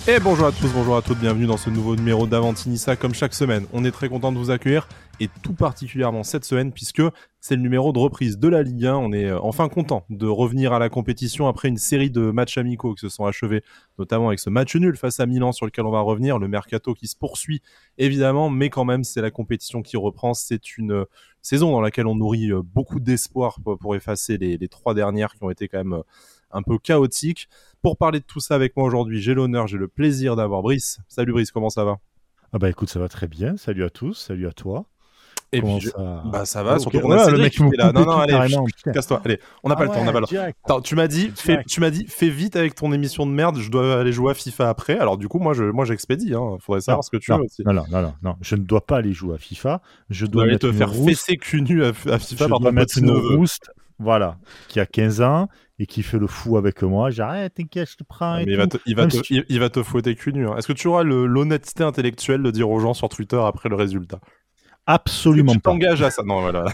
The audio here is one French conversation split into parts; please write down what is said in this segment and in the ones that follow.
Et bonjour à tous, bonjour à toutes, bienvenue dans ce nouveau numéro d'Avantinissa. Comme chaque semaine, on est très content de vous accueillir, et tout particulièrement cette semaine, puisque c'est le numéro de reprise de la Ligue 1. On est enfin content de revenir à la compétition après une série de matchs amicaux qui se sont achevés, notamment avec ce match nul face à Milan sur lequel on va revenir, le mercato qui se poursuit évidemment, mais quand même c'est la compétition qui reprend. C'est une saison dans laquelle on nourrit beaucoup d'espoir pour effacer les trois dernières qui ont été quand même un peu chaotiques. Pour parler de tout ça avec moi aujourd'hui, j'ai l'honneur, j'ai le plaisir d'avoir Brice. Salut Brice, comment ça va ? Ah bah écoute, ça va très bien. Salut à tous, salut à toi. Et comment puis ça... Bah ça va, surtout okay. qu'on a Cédric le mec qui est là. Non, allez, casse-toi. Allez, on n'a pas le temps, on n'a pas le temps. Attends, tu m'as dit, fais vite avec ton émission de merde, je dois aller jouer à FIFA après. Alors du coup, moi j'expédie, faudrait savoir ce que tu veux aussi. Non, je ne dois pas aller jouer à FIFA. Je dois aller te faire fesser cul nu à FIFA par ton petit neveu. Rouste, voilà, qui a 15 ans et qui fait le fou avec moi. J'arrête, t'inquiète, je te prends. Mais il va te fouetter cul nu. Est-ce que tu auras l'honnêteté intellectuelle de dire aux gens sur Twitter après le résultat ? Absolument pas. Tu t'engages à ça. Non, voilà.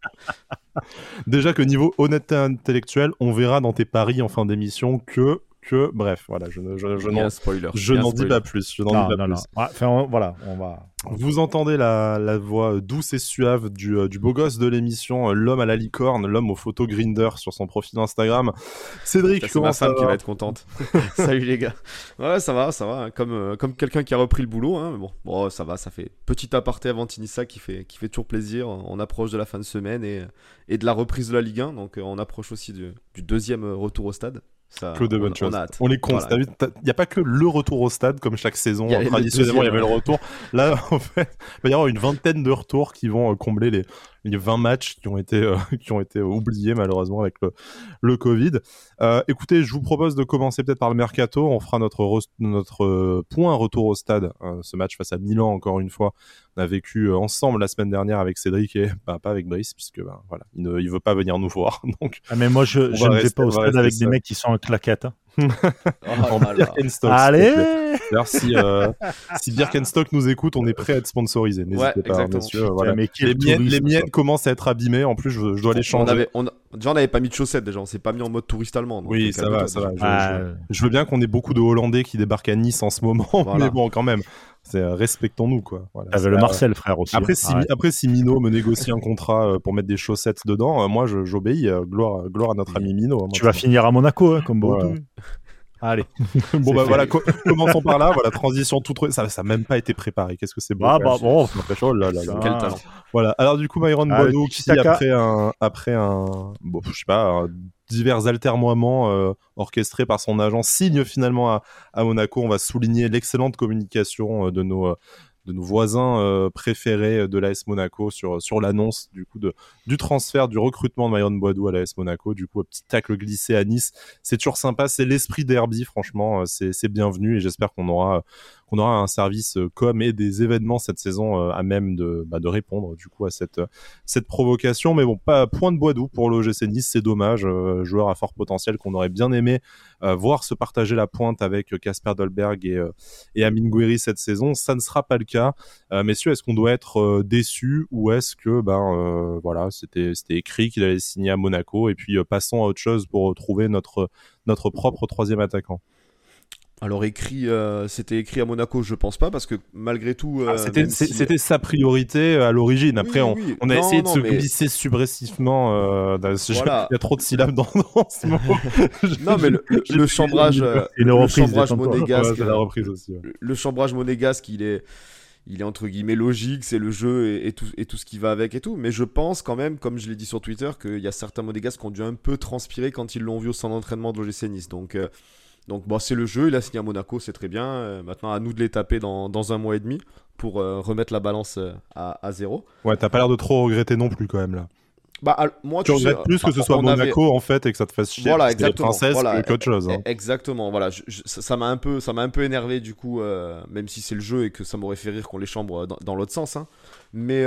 Déjà que niveau honnêteté intellectuelle, on verra dans tes paris en fin d'émission que bref, voilà, je n'en dis pas plus. Enfin, voilà, on va... Vous entendez la voix douce et suave du beau gosse de l'émission, l'homme à la licorne, l'homme aux photos Grindr sur son profil Instagram. Cédric, c'est ma femme qui va être contente. Salut les gars. Ouais, ça va, hein. Comme quelqu'un qui a repris le boulot, hein. Mais bon, ça va, ça fait petit aparté avant Tinissa qui fait toujours plaisir. On approche de la fin de semaine et de la reprise de la Ligue 1, donc on approche aussi du deuxième retour au stade. Ça, que de bonnes choses. On les compte. Voilà. Il n'y a pas que le retour au stade comme chaque saison. Traditionnellement, il y avait le retour. Là, en fait, il va y avoir une vingtaine de retours qui vont combler les 20 matchs qui ont été oubliés malheureusement avec le Covid. Écoutez, je vous propose de commencer peut-être par le mercato. On fera notre point retour au stade. Ce match face à Milan, encore une fois, on a vécu ensemble la semaine dernière avec Cédric et pas avec Brice, puisque voilà, il veut pas venir nous voir. Donc, mais moi je ne vais pas au stade avec des mecs qui sont en claquettes. En Birkenstock. Allez. D'ailleurs, si Birkenstock nous écoute, on est prêt à être sponsorisé. N'hésitez pas, messieurs. Voilà. Les miennes commencent à être abîmées. En plus, je dois les changer. Déjà, on n'avait pas mis de chaussettes. Déjà, on s'est pas mis en mode touriste allemand. Donc oui, ça va. Je veux bien qu'on ait beaucoup de Hollandais qui débarquent à Nice en ce moment, voilà. Mais bon, quand même. Respectons-nous, quoi. Voilà, t'avais le Marcel, frère, aussi. Après, si Mino me négocie un contrat pour mettre des chaussettes dedans, moi, j'obéis. Gloire à notre ami Mino. Tu vas finir à Monaco, comme Bodo. Allez. Bon, bah voilà, commençons par là. Voilà, transition toute. Ça n'a même pas été préparé. Qu'est-ce que c'est beau. Quel talent. Voilà. Alors, du coup, Myron Bodo, qui, après un divers altermoiements orchestrés par son agent, signe finalement à Monaco. On va souligner l'excellente communication de nos voisins préférés de l'AS Monaco sur l'annonce du coup du transfert, du recrutement de Myron Boadou à l'AS Monaco. Du coup, un petit tacle glissé à Nice. C'est toujours sympa, c'est l'esprit derby, franchement, c'est bienvenu et j'espère qu'on aura un service com et des événements cette saison à même de répondre du coup à cette provocation. Mais bon, pas point de Boadou pour l'OGC Nice, c'est dommage. Joueur à fort potentiel qu'on aurait bien aimé voir se partager la pointe avec Kasper Dolberg et Amine Gouiri cette saison. Ça ne sera pas le cas. Messieurs, est-ce qu'on doit être déçus ou est-ce que voilà, c'était écrit qu'il allait signer à Monaco et puis passons à autre chose pour retrouver notre propre troisième attaquant? Alors c'était écrit à Monaco, je pense pas, parce que malgré tout... c'était sa priorité à l'origine. Après, on a essayé de se glisser subressivement. Il y a trop de syllabes dans ce mot. Non, mais le chambrage monégasque... c'est la reprise aussi. Ouais. Le chambrage monégasque, il est entre guillemets logique, c'est le jeu et tout ce qui va avec et tout. Mais je pense quand même, comme je l'ai dit sur Twitter, qu'il y a certains monégasques qui ont dû un peu transpirer quand ils l'ont vu au centre d'entraînement de l'OGC Nice. Donc bon, c'est le jeu, il a signé à Monaco, c'est très bien. Maintenant, à nous de les taper dans un mois et demi pour remettre la balance à zéro. Ouais, t'as pas l'air de trop regretter non plus quand même là. Moi, tu regrettes plus que ce soit Monaco en fait et que ça te fasse chier. Voilà, exactement. Qu'autre chose. Hein. Exactement. Voilà, ça m'a un peu énervé du coup, même si c'est le jeu et que ça m'aurait fait rire qu'on les chambre dans l'autre sens. Hein. Mais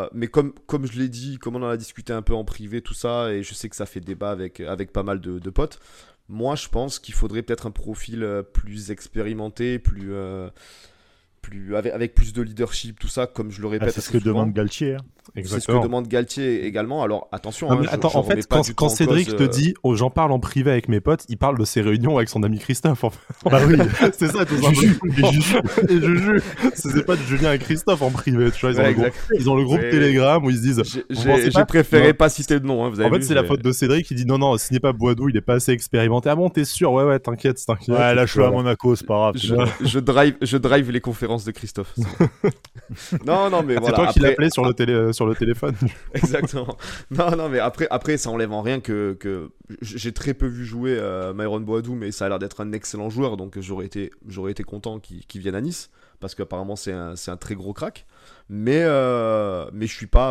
comme je l'ai dit, comme on en a discuté un peu en privé, tout ça, et je sais que ça fait débat avec pas mal de potes. Moi, je pense qu'il faudrait peut-être un profil plus expérimenté, avec plus de leadership, tout ça, comme je le répète. C'est ce que demande Galtier. Hein. C'est ce que demande Galtier également. Alors attention. Non, attends, en fait, quand Cédric te dit j'en parle en privé avec mes potes, il parle de ses réunions avec son ami Christophe. En fait. Bah oui, c'est ça, tout simplement. Et Juju. C'est pas de Julien et Christophe en privé. Tu vois, ils ont le groupe Telegram où ils se disent. J'ai préféré pas citer de nom. Hein, vous avez en fait, c'est la faute de Cédric qui dit non, signez pas Boadou, il est pas assez expérimenté. Ah bon, t'es sûr? Ouais, t'inquiète. Ouais, là, je suis à Monaco, c'est pas grave. Je drive les conférences de Christophe. non, mais voilà. C'est toi qui l'appelais sur le téléphone. Exactement. Non, mais après, ça enlève en rien que j'ai très peu vu jouer Myron Boadou, mais ça a l'air d'être un excellent joueur, donc j'aurais été content qu'il vienne à Nice, parce qu'apparemment c'est un très gros crack. Mais je suis pas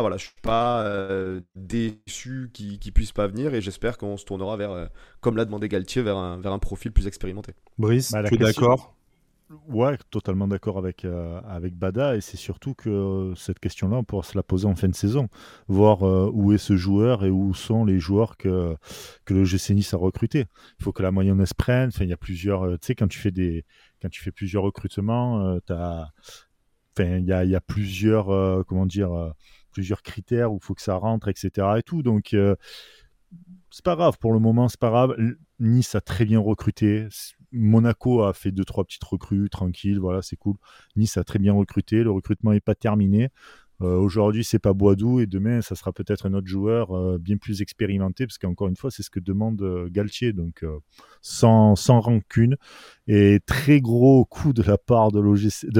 déçu qu'il puisse pas venir, et j'espère qu'on se tournera vers, comme l'a demandé Galtier, vers un profil plus expérimenté. Brice, tu es d'accord? Ouais, totalement d'accord avec Bada, et c'est surtout que cette question-là, on pourra se la poser en fin de saison, voir où est ce joueur et où sont les joueurs que le GC Nice a recruté. Il faut que la mayonnaise prenne. Enfin, il y a plusieurs. Tu sais, quand tu fais plusieurs recrutements, il y a plusieurs plusieurs critères où il faut que ça rentre, etc. et tout. Donc c'est pas grave, pour le moment, c'est pas grave. Nice a très bien recruté. Monaco a fait 2-3 petites recrues, tranquille, voilà, c'est cool. Nice a très bien recruté, le recrutement n'est pas terminé. Aujourd'hui, c'est pas Boadou, et demain, ça sera peut-être un autre joueur bien plus expérimenté, parce qu'encore une fois, c'est ce que demande Galtier, donc sans rancune. Et très gros coup de la part de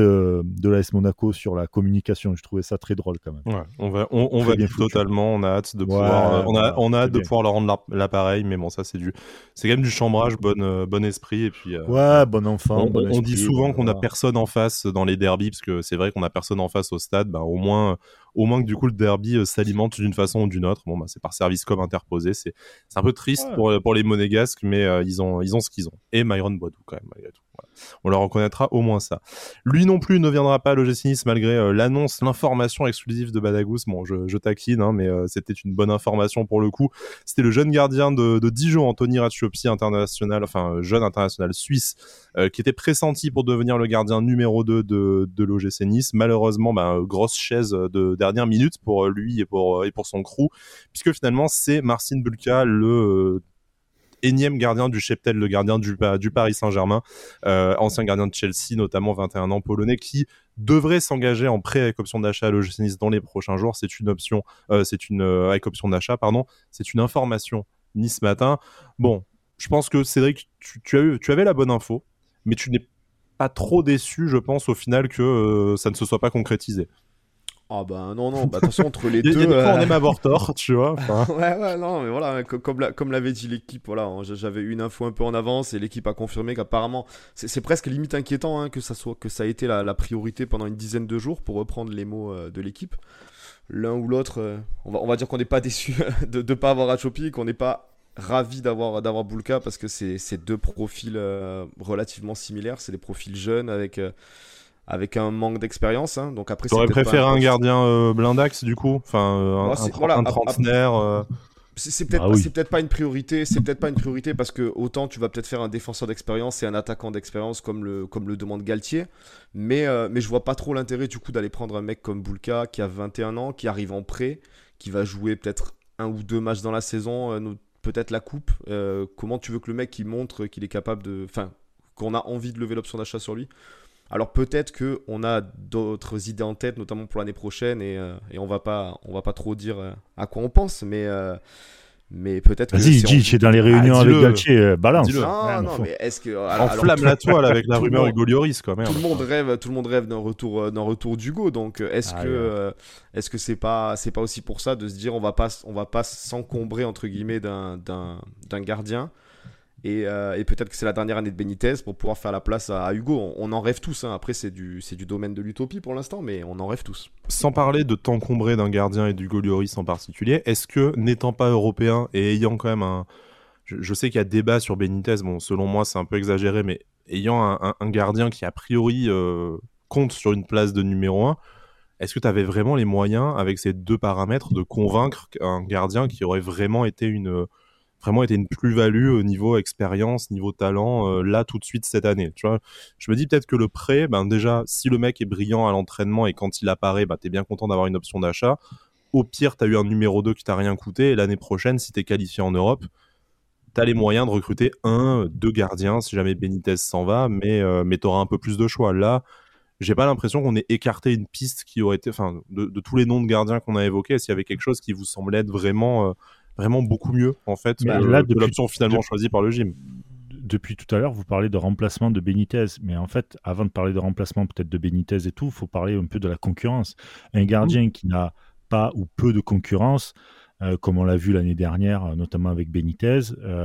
l'AS Monaco sur la communication. Je trouvais ça très drôle quand même. Ouais, on va totalement. On a hâte de pouvoir, on a hâte de pouvoir leur rendre l'appareil, mais bon, ça c'est quand même du chambrage, bon esprit, et puis. Bon enfant. On dit souvent qu'on a personne en face dans les derbies, parce que c'est vrai qu'on a personne en face au stade. Bah, au moins que du coup le derby s'alimente d'une façon ou d'une autre. Bon, bah, c'est par service com interposé. C'est un peu triste pour les Monégasques, mais ils ont ce qu'ils ont. Et Myron Boadou quand même, malgré tout. Voilà. On leur reconnaîtra au moins ça. Lui non plus ne viendra pas à l'OGC Nice, malgré l'information exclusive de Badagous. Bon, je taquine, hein, mais c'était une bonne information pour le coup. C'était le jeune gardien de Dijon, Anthony Racciopi, jeune international suisse, qui était pressenti pour devenir le gardien numéro 2 de l'OGC Nice. Malheureusement, grosse chaise de dernière minute pour lui et pour son crew, puisque finalement c'est Marcin Bulka, le énième gardien du cheptel, le gardien du Paris Saint-Germain, ancien gardien de Chelsea, notamment 21 ans, polonais, qui devrait s'engager en prêt avec option d'achat à l'OGC Nice dans les prochains jours. C'est une option, avec option d'achat, pardon. C'est une information Nice Matin. Bon, je pense que Cédric, tu avais la bonne info, mais tu n'es pas trop déçu, je pense, au final, que ça ne se soit pas concrétisé. Ah bah non, attention, entre les deux... Il y a des fois, on aime avoir tort, tu vois. Ouais, non, mais voilà, comme l'avait dit l'équipe, voilà, j'avais une info un peu en avance, et l'équipe a confirmé qu'apparemment, c'est presque limite inquiétant, hein, que ça a été la priorité pendant une dizaine de jours, pour reprendre les mots de l'équipe. L'un ou l'autre, on va dire qu'on n'est pas déçu de ne pas avoir Racciopi, qu'on n'est pas ravi d'avoir Bulka, parce que c'est deux profils relativement similaires, c'est des profils jeunes avec un manque d'expérience, hein. Donc après, t'aurais préféré un gardien blindax du coup, un trentenaire. C'est peut-être pas une priorité, parce que autant tu vas peut-être faire un défenseur d'expérience et un attaquant d'expérience comme le demande Galtier, mais je vois pas trop l'intérêt du coup d'aller prendre un mec comme Bulka qui a 21 ans, qui arrive en prêt, qui va jouer peut-être 1 ou 2 matchs dans la saison, peut-être la coupe. Comment tu veux que le mec qui montre qu'il est capable qu'on a envie de lever l'option d'achat sur lui? Alors peut-être qu'on a d'autres idées en tête, notamment pour l'année prochaine, et on va pas trop dire à quoi on pense, mais peut-être que... Vas-y, dis, tu es dans les réunions avec Galtier, balance. Non, mais est-ce que... Enflamme la toile avec la rumeur Hugo Lloris, quand même. Tout le monde rêve d'un retour d'Hugo, donc est-ce que c'est pas aussi pour ça de se dire on va pas s'encombrer entre guillemets d'un gardien, et peut-être que c'est la dernière année de Benitez pour pouvoir faire la place à Hugo. On en rêve tous, hein. Après c'est du domaine de l'utopie pour l'instant, mais on en rêve tous. Sans parler de t'encombrer d'un gardien et d'Hugo Lloris en particulier, est-ce que, n'étant pas européen et ayant quand même je sais qu'il y a débat sur Benitez, bon, selon moi c'est un peu exagéré, mais ayant un gardien qui a priori compte sur une place de numéro 1, est-ce que tu avais vraiment les moyens, avec ces deux paramètres, de convaincre un gardien qui aurait vraiment été une plus-value au niveau expérience, niveau talent, là tout de suite cette année, tu vois? Je me dis peut-être que le prêt, déjà, si le mec est brillant à l'entraînement et quand il apparaît, t'es bien content d'avoir une option d'achat. au pire, tu as eu un numéro 2 qui t'a rien coûté, et l'année prochaine, si tu es qualifié en Europe, tu as les moyens de recruter 2 gardiens si jamais Benitez s'en va, mais tu auras un peu plus de choix. Là, j'ai pas l'impression qu'on ait écarté une piste qui aurait été, enfin, de tous les noms de gardiens qu'on a évoqués, est-ce qu'il y avait quelque chose qui vous semblait être vraiment beaucoup mieux, en fait, que l'option finalement choisie par le gym? Depuis tout à l'heure, vous parlez de remplacement de Benitez. Mais en fait, avant de parler de remplacement peut-être de Benitez et tout, il faut parler un peu de la concurrence. Un gardien qui n'a pas ou peu de concurrence, comme on l'a vu l'année dernière, notamment avec Benitez,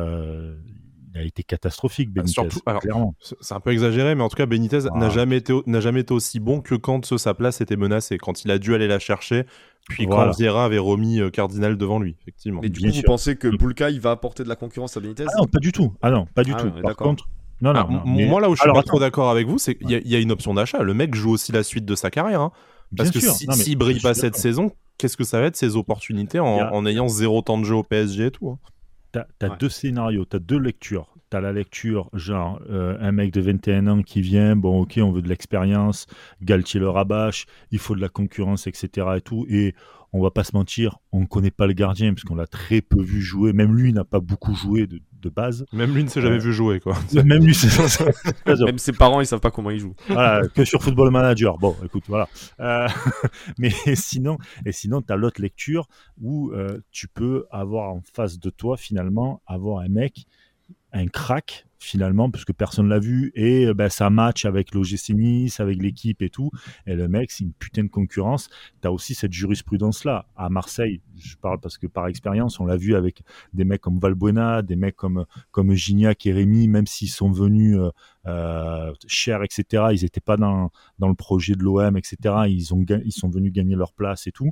il a été catastrophique, Benitez, surtout, alors, clairement. c'est un peu exagéré, mais en tout cas, Benitez n'a jamais été aussi bon que quand sa place était menacée, quand il a dû aller la chercher, puis quand Vieira avait remis Cardinal devant lui, effectivement. Mais du coup, vous pensez que Bulka, il va apporter de la concurrence à Benitez ? Ah non, pas du tout. Par contre, non, moi, là où je suis pas trop d'accord avec vous, c'est qu'il y a une option d'achat. Le mec joue aussi la suite de sa carrière, hein. Parce que s'il brille pas cette saison, qu'est-ce que ça va être ses opportunités en ayant 0 temps de jeu au PSG et tout, hein. T'as 2 scénarios, t'as 2 lectures. T'as la lecture, genre, un mec de 21 ans qui vient, bon, ok, on veut de l'expérience, Galtier le rabâche, il faut de la concurrence, etc. et tout. Et on va pas se mentir, on connaît pas le gardien, parce qu'on l'a très peu vu jouer. Même lui n'a pas beaucoup joué de base. Même lui ne s'est jamais vu jouer, quoi. Même lui, même ses parents, ils savent pas comment il joue. Voilà, que sur Football Manager. Bon, écoute, voilà. Mais sinon, t'as l'autre lecture où tu peux avoir en face de toi, finalement, avoir un mec, un crack finalement, parce que personne l'a vu, et ça match avec l'OGC Nice, avec l'équipe et tout, et le mec, c'est une putain de concurrence. T'as aussi cette jurisprudence-là. À Marseille, je parle parce que par expérience, on l'a vu avec des mecs comme Valbuena, des mecs comme Gignac et Rémy, même s'ils sont venus chers, etc., ils n'étaient pas dans le projet de l'OM, etc., ils sont venus gagner leur place et tout.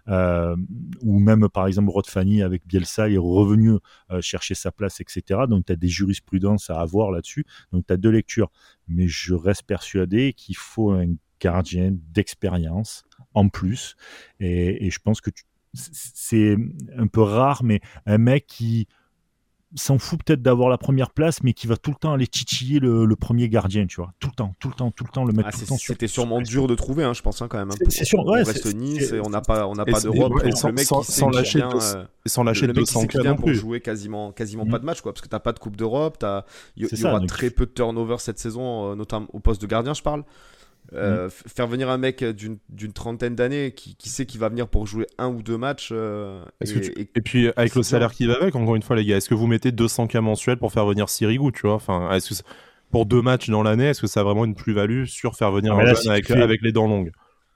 Ou même, par exemple, Rod Fanny avec Bielsa est revenu chercher sa place, etc. Donc, tu as des jurisprudences à avoir là-dessus. Donc, tu as 2 lectures. Mais je reste persuadé qu'il faut un gardien d'expérience en plus. Et je pense que c'est un peu rare, mais un mec qui s'en fout peut-être d'avoir la première place, mais qui va tout le temps aller titiller le premier gardien, tu vois. Tout le temps, le mettre tout le temps. C'était sûrement dur de trouver, hein, je pense, hein, quand même. C'est sûr, ouais. On reste Nice, et on n'a pas d'Europe. Le mec sans lâcher 200 qui vient pour jouer quasiment pas de match, quoi, parce que t'as pas de Coupe d'Europe, il y aura très peu de turnover cette saison, notamment au poste de gardien, je parle. Faire venir un mec d'une trentaine d'années qui sait qu'il va venir pour jouer 1 ou 2 matchs et puis avec le salaire qui va avec, encore une fois les gars, est-ce que vous mettez 200K mensuels pour faire venir Sirigu, tu vois, enfin, est-ce que pour 2 matchs dans l'année, est-ce que ça a vraiment une plus-value sur faire venir un jeune avec les dents longues?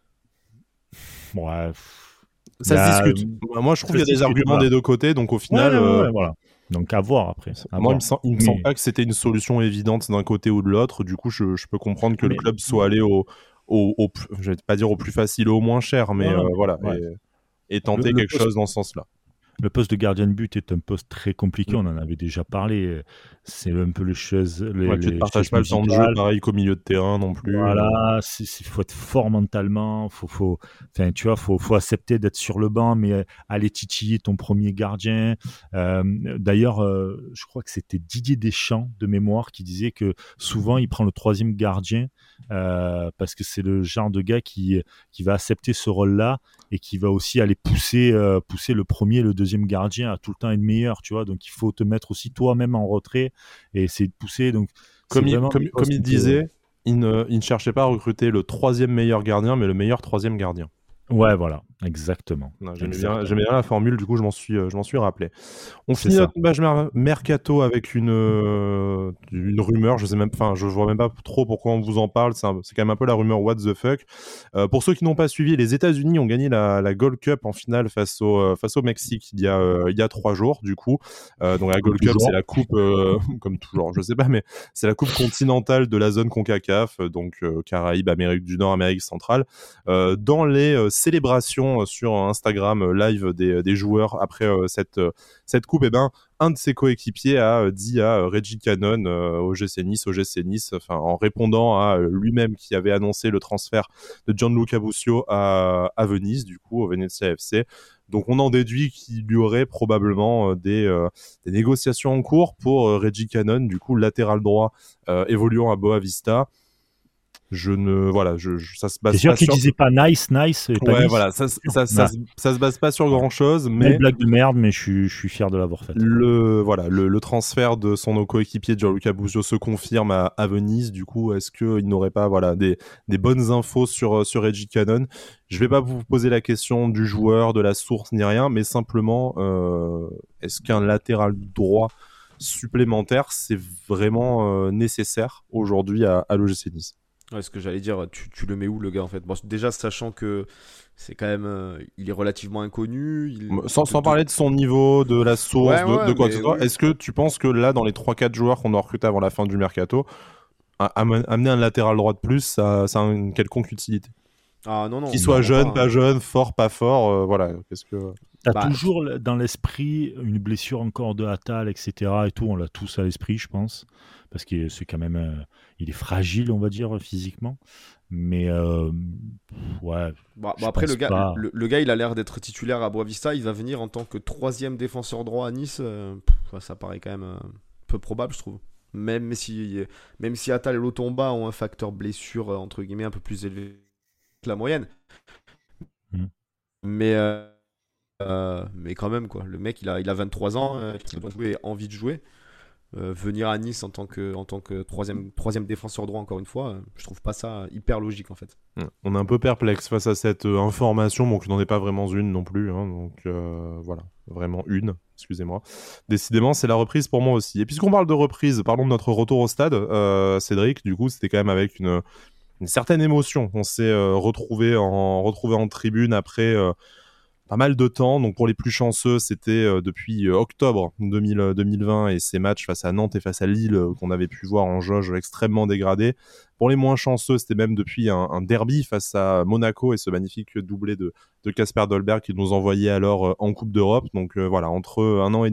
Ouais, ça se discute. Moi je trouve qu'il y a des arguments des deux côtés, donc au final voilà. Donc à voir après. Moi, il me semble pas que c'était une solution évidente d'un côté ou de l'autre. Du coup, je peux comprendre que le club soit allé je vais pas dire au plus facile ou au moins cher, mais voilà, et tenter quelque chose dans ce sens-là. Le poste de gardien de but est un poste très compliqué, on en avait déjà parlé. C'est un peu les choses. Tu ne partages pas le temps de jeu pareil qu'au milieu de terrain non plus. Voilà, il faut être fort mentalement. Faut accepter d'être sur le banc, mais aller titiller ton premier gardien. D'ailleurs, je crois que c'était Didier Deschamps de mémoire qui disait que souvent il prend le 3e gardien parce que c'est le genre de gars qui va accepter ce rôle-là et qui va aussi aller pousser le premier et le 2e gardien à tout le temps être meilleur, tu vois. Donc il faut te mettre aussi toi-même en retrait et essayer de pousser. Donc comme il disait, il ne cherchait pas à recruter le 3e meilleur gardien, mais le meilleur 3e gardien. Ouais, voilà, exactement. J'aimais bien la formule, du coup je m'en suis rappelé. On finit notre page mercato avec une rumeur, je vois même pas trop pourquoi on vous en parle, c'est quand même un peu la rumeur what the fuck. Pour ceux qui n'ont pas suivi, les États-Unis ont gagné la Gold Cup en finale face au Mexique il y a 3 jours, du coup. Donc la Gold Cup, c'est la coupe, comme toujours, je sais pas, mais c'est la coupe continentale de la zone CONCACAF, donc Caraïbes, Amérique du Nord, Amérique centrale. Dans les célébration sur Instagram live des joueurs après cette coupe, un de ses coéquipiers a dit à Reggie Cannon OGC Nice, en répondant à lui-même qui avait annoncé le transfert de Gianluca Busio à Venise, du coup au Venezia FC. Donc on en déduit qu'il y aurait probablement des négociations en cours pour Reggie Cannon, du coup latéral droit évoluant à Boavista. ça se base C'est sûr pas qu'il sur. disait pas nice et pas Ouais, nice. voilà, ça se base pas sur grand chose, Belle mais blague de merde, mais je suis fier de l'avoir faite. le transfert de son coéquipier Gianluca Busio se confirme à Venise. Du coup, est-ce qu'il n'aurait pas des bonnes infos sur Reggie Cannon? Je vais pas vous poser la question du joueur, de la source ni rien, mais simplement est-ce qu'un latéral droit supplémentaire c'est vraiment nécessaire aujourd'hui à l'OGC Nice? Ouais, ce que j'allais dire, tu le mets où le gars en fait? Bon, déjà sachant que c'est quand même, il est relativement inconnu. Sans parler de son niveau, de la source, de quoi que ce soit, oui. est-ce que tu penses que là, dans les 3-4 joueurs qu'on doit recruter avant la fin du mercato, amener un latéral droit de plus, ça a une quelconque utilité? Ah non, Qu'il soit jeune, pas jeune, fort, pas fort, voilà. Qu'est-ce que... T'as toujours dans l'esprit une blessure encore de Attal, etc. Et tout, on l'a tous à l'esprit, je pense. Parce que c'est quand même... il est fragile, on va dire, physiquement. Mais ouais. Après, le gars, il a l'air d'être titulaire à Boavista. Il va venir en tant que 3e défenseur droit à Nice. Ça paraît quand même peu probable, je trouve. Même si Attal et Lotomba ont un facteur blessure, entre guillemets, un peu plus élevé que la moyenne. Mais quand même, quoi. Le mec, il a 23 ans, il doit jouer, envie de jouer. Venir à Nice en tant que troisième défenseur droit, encore une fois, je trouve pas ça hyper logique en fait. On est un peu perplexe face à cette information, bon, qui n'en est pas vraiment une non plus, hein, donc voilà, vraiment une, excusez-moi. Décidément, c'est la reprise pour moi aussi. Et puisqu'on parle de reprise, parlons de notre retour au stade. Cédric, du coup, c'était quand même avec une certaine émotion. On s'est retrouvé en tribune après pas mal de temps. Donc pour les plus chanceux, c'était depuis octobre 2020 et ces matchs face à Nantes et face à Lille qu'on avait pu voir en jauge extrêmement dégradée. Pour les moins chanceux, c'était même depuis un derby face à Monaco et ce magnifique doublé de Kasper Dolberg qui nous envoyait alors en Coupe d'Europe. Donc voilà, entre un an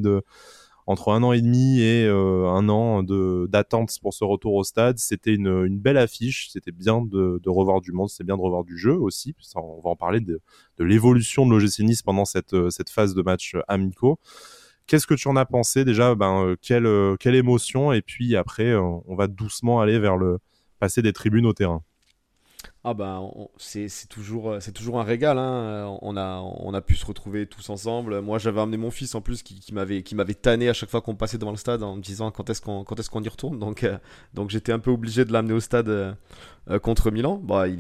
et demi et un an d'attente pour ce retour au stade, c'était une belle affiche. C'était bien de revoir du monde, c'était bien de revoir du jeu aussi. On va en parler de l'évolution de l'OGC Nice pendant cette phase de match amicaux. Qu'est-ce que tu en as pensé déjà? Quelle émotion? Et puis après, on va doucement aller vers le passer des tribunes au terrain. Ah c'est toujours un régal, hein. On a pu se retrouver tous ensemble. Moi j'avais amené mon fils en plus qui m'avait tanné à chaque fois qu'on passait devant le stade en me disant quand est-ce qu'on y retourne, donc j'étais un peu obligé de l'amener au stade contre Milan.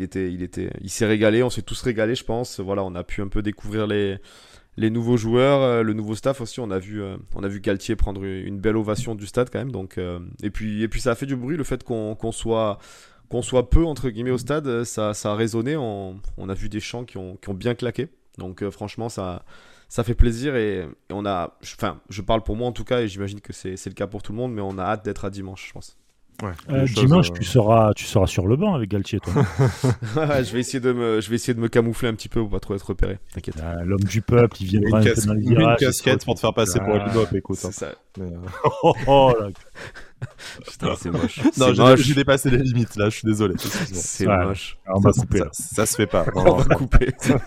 Il s'est régalé, on s'est tous régalés, je pense. Voilà, on a pu un peu découvrir les nouveaux joueurs, le nouveau staff aussi. On a vu Galtier prendre une belle ovation du stade quand même, donc et puis ça a fait du bruit le fait qu'on soit peu entre guillemets au stade. Ça a résonné, on a vu des chants qui ont bien claqué, donc franchement ça fait plaisir et je parle pour moi en tout cas et j'imagine que c'est le cas pour tout le monde, mais on a hâte d'être à dimanche, je pense. Ouais, dimanche tu seras sur le banc avec Galtier, toi. je vais essayer de me camoufler un petit peu pour pas trop être repéré, t'inquiète. L'homme du peuple, il viendra un peu dans les virages, une casquette pour te faire passer pour une bop, écoute. C'est ça. Là. Putain, c'est moche. Non, j'ai dépassé les limites là, je suis désolé. C'est moche. On va couper. Ça se fait pas. On va couper.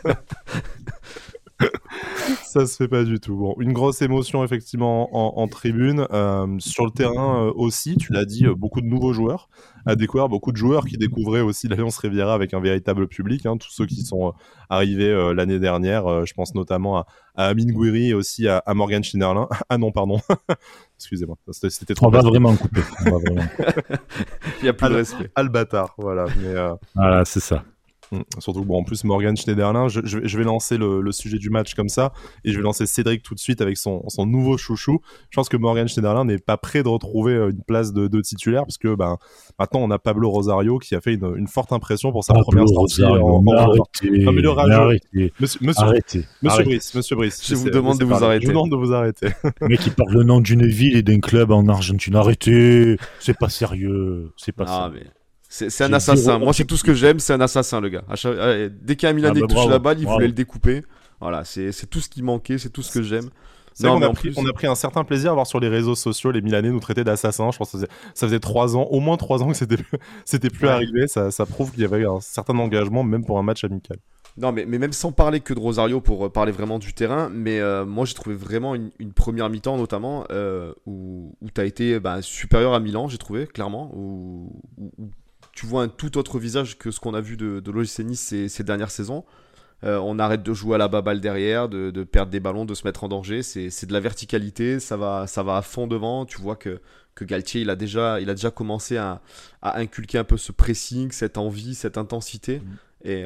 Ça se fait pas du tout. Bon, une grosse émotion effectivement en tribune. Sur le terrain aussi, tu l'as dit, beaucoup de nouveaux joueurs à découvrir, beaucoup de joueurs qui découvraient aussi l'Alliance Riviera avec un véritable public, hein, tous ceux qui sont arrivés l'année dernière. Je pense notamment à Amine Gouiri et aussi à Morgan Schneiderlin. Ah non, pardon. Excusez-moi, c'était trop. On va vraiment couper. Il n'y a plus de respect. Ah, le bâtard, voilà. Mais, voilà, c'est ça. Surtout en plus Morgan Schneiderlin, je vais lancer le sujet du match comme ça et je vais lancer Cédric tout de suite avec son nouveau chouchou. Je pense que Morgan Schneiderlin n'est pas prêt de retrouver une place de titulaire parce que maintenant on a Pablo Rosario qui a fait une forte impression pour sa première sortie. Arrêtez. Monsieur Brice, je vous demande de vous arrêter. Je vous demande de vous arrêter. Le mec, il parle le nom d'une ville et d'un club en Argentine. Arrêtez, c'est pas sérieux. C'est pas ça. Mais... C'est un assassin. Moi, c'est tout ce que j'aime, c'est un assassin, le gars. Dès qu'il y a un Milanais qui touche la balle, il voulait le découper. Voilà, c'est tout ce qui manquait, c'est tout ce que j'aime. On a pris un certain plaisir à voir sur les réseaux sociaux les Milanais nous traiter d'assassins. Je pense que ça faisait 3 ans, au moins 3 ans que c'était plus arrivé. Ça prouve qu'il y avait un certain engagement, même pour un match amical. Non, mais même sans parler que de Rosario, pour parler vraiment du terrain, mais moi j'ai trouvé vraiment une première mi-temps notamment où tu as été supérieur à Milan, j'ai trouvé, clairement, où tu vois un tout autre visage que ce qu'on a vu de l'OGC Nice ces dernières saisons. On arrête de jouer à la baballe derrière, de perdre des ballons, de se mettre en danger. C'est de la verticalité, ça va à fond devant. Tu vois que Galtier, il a déjà commencé à inculquer un peu ce pressing, cette envie, cette intensité. Et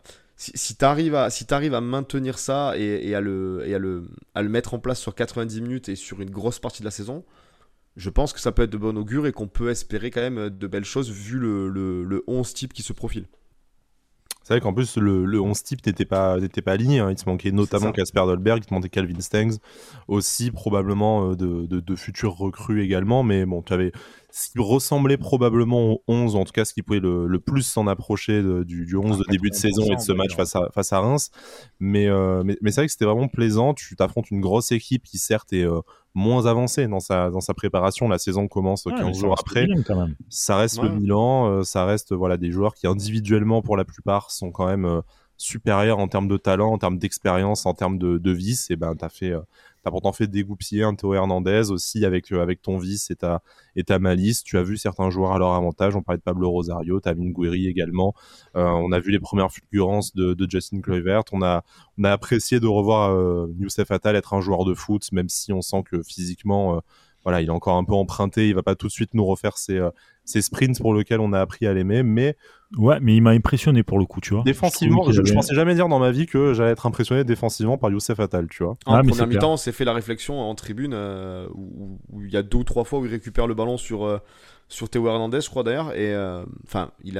si tu arrives à maintenir ça et à le mettre en place sur 90 minutes et sur une grosse partie de la saison, je pense que ça peut être de bon augure et qu'on peut espérer quand même de belles choses vu le 11 type qui se profile. C'est vrai qu'en plus, le 11 type n'était pas aligné. Hein. Il te manquait notamment Kasper Dolberg, il te manquait Calvin Stengs, aussi probablement de futurs recrues également. Mais bon, tu avais ce qui ressemblait probablement au 11, en tout cas ce qui pouvait le plus s'en approcher du 11 de début de saison et de ce match face à Reims. Mais c'est vrai que c'était vraiment plaisant. Tu t'affrontes une grosse équipe qui certes est moins avancée dans sa préparation. La saison commence 15 jours après. Ça reste le Milan, ça reste des joueurs qui individuellement pour la plupart sont quand même supérieurs en termes de talent, en termes d'expérience, en termes de vice. Et ben t'as pourtant fait dégoupiller un Théo Hernandez aussi avec ton vice et ta malice. Tu as vu certains joueurs à leur avantage. On parlait de Pablo Rosario, Tamim Gouiri également. On a vu les premières fulgurances de Justin Kluivert. On a apprécié de revoir Youssef Attal être un joueur de foot, même si on sent que physiquement, il est encore un peu emprunté. Il va pas tout de suite nous refaire ces sprints pour lesquels on a appris à l'aimer, mais il m'a impressionné pour le coup, tu vois. Défensivement, je pensais jamais dire dans ma vie que j'allais être impressionné défensivement par Youssef Attal, tu vois. En première mi-temps, on s'est fait la réflexion en tribune où il y a 2 ou 3 fois où il récupère le ballon sur Théo Hernandez, je crois d'ailleurs, et il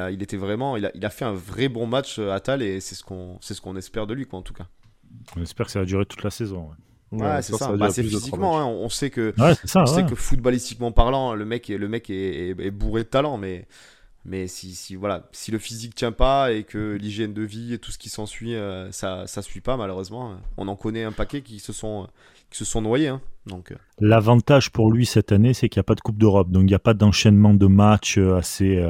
a fait un vrai bon match Attal et c'est ce qu'on espère de lui, quoi, en tout cas. On espère que ça va durer toute la saison. Ouais, c'est ça. C'est physiquement, hein, on sait que que footballistiquement parlant, le mec est bourré de talent, mais si le physique tient pas et que l'hygiène de vie et tout ce qui s'ensuit, ça suit pas malheureusement. On en connaît un paquet qui se sont noyés. Hein, donc. L'avantage pour lui cette année, c'est qu'il n'y a pas de Coupe d'Europe, donc il n'y a pas d'enchaînement de matchs assez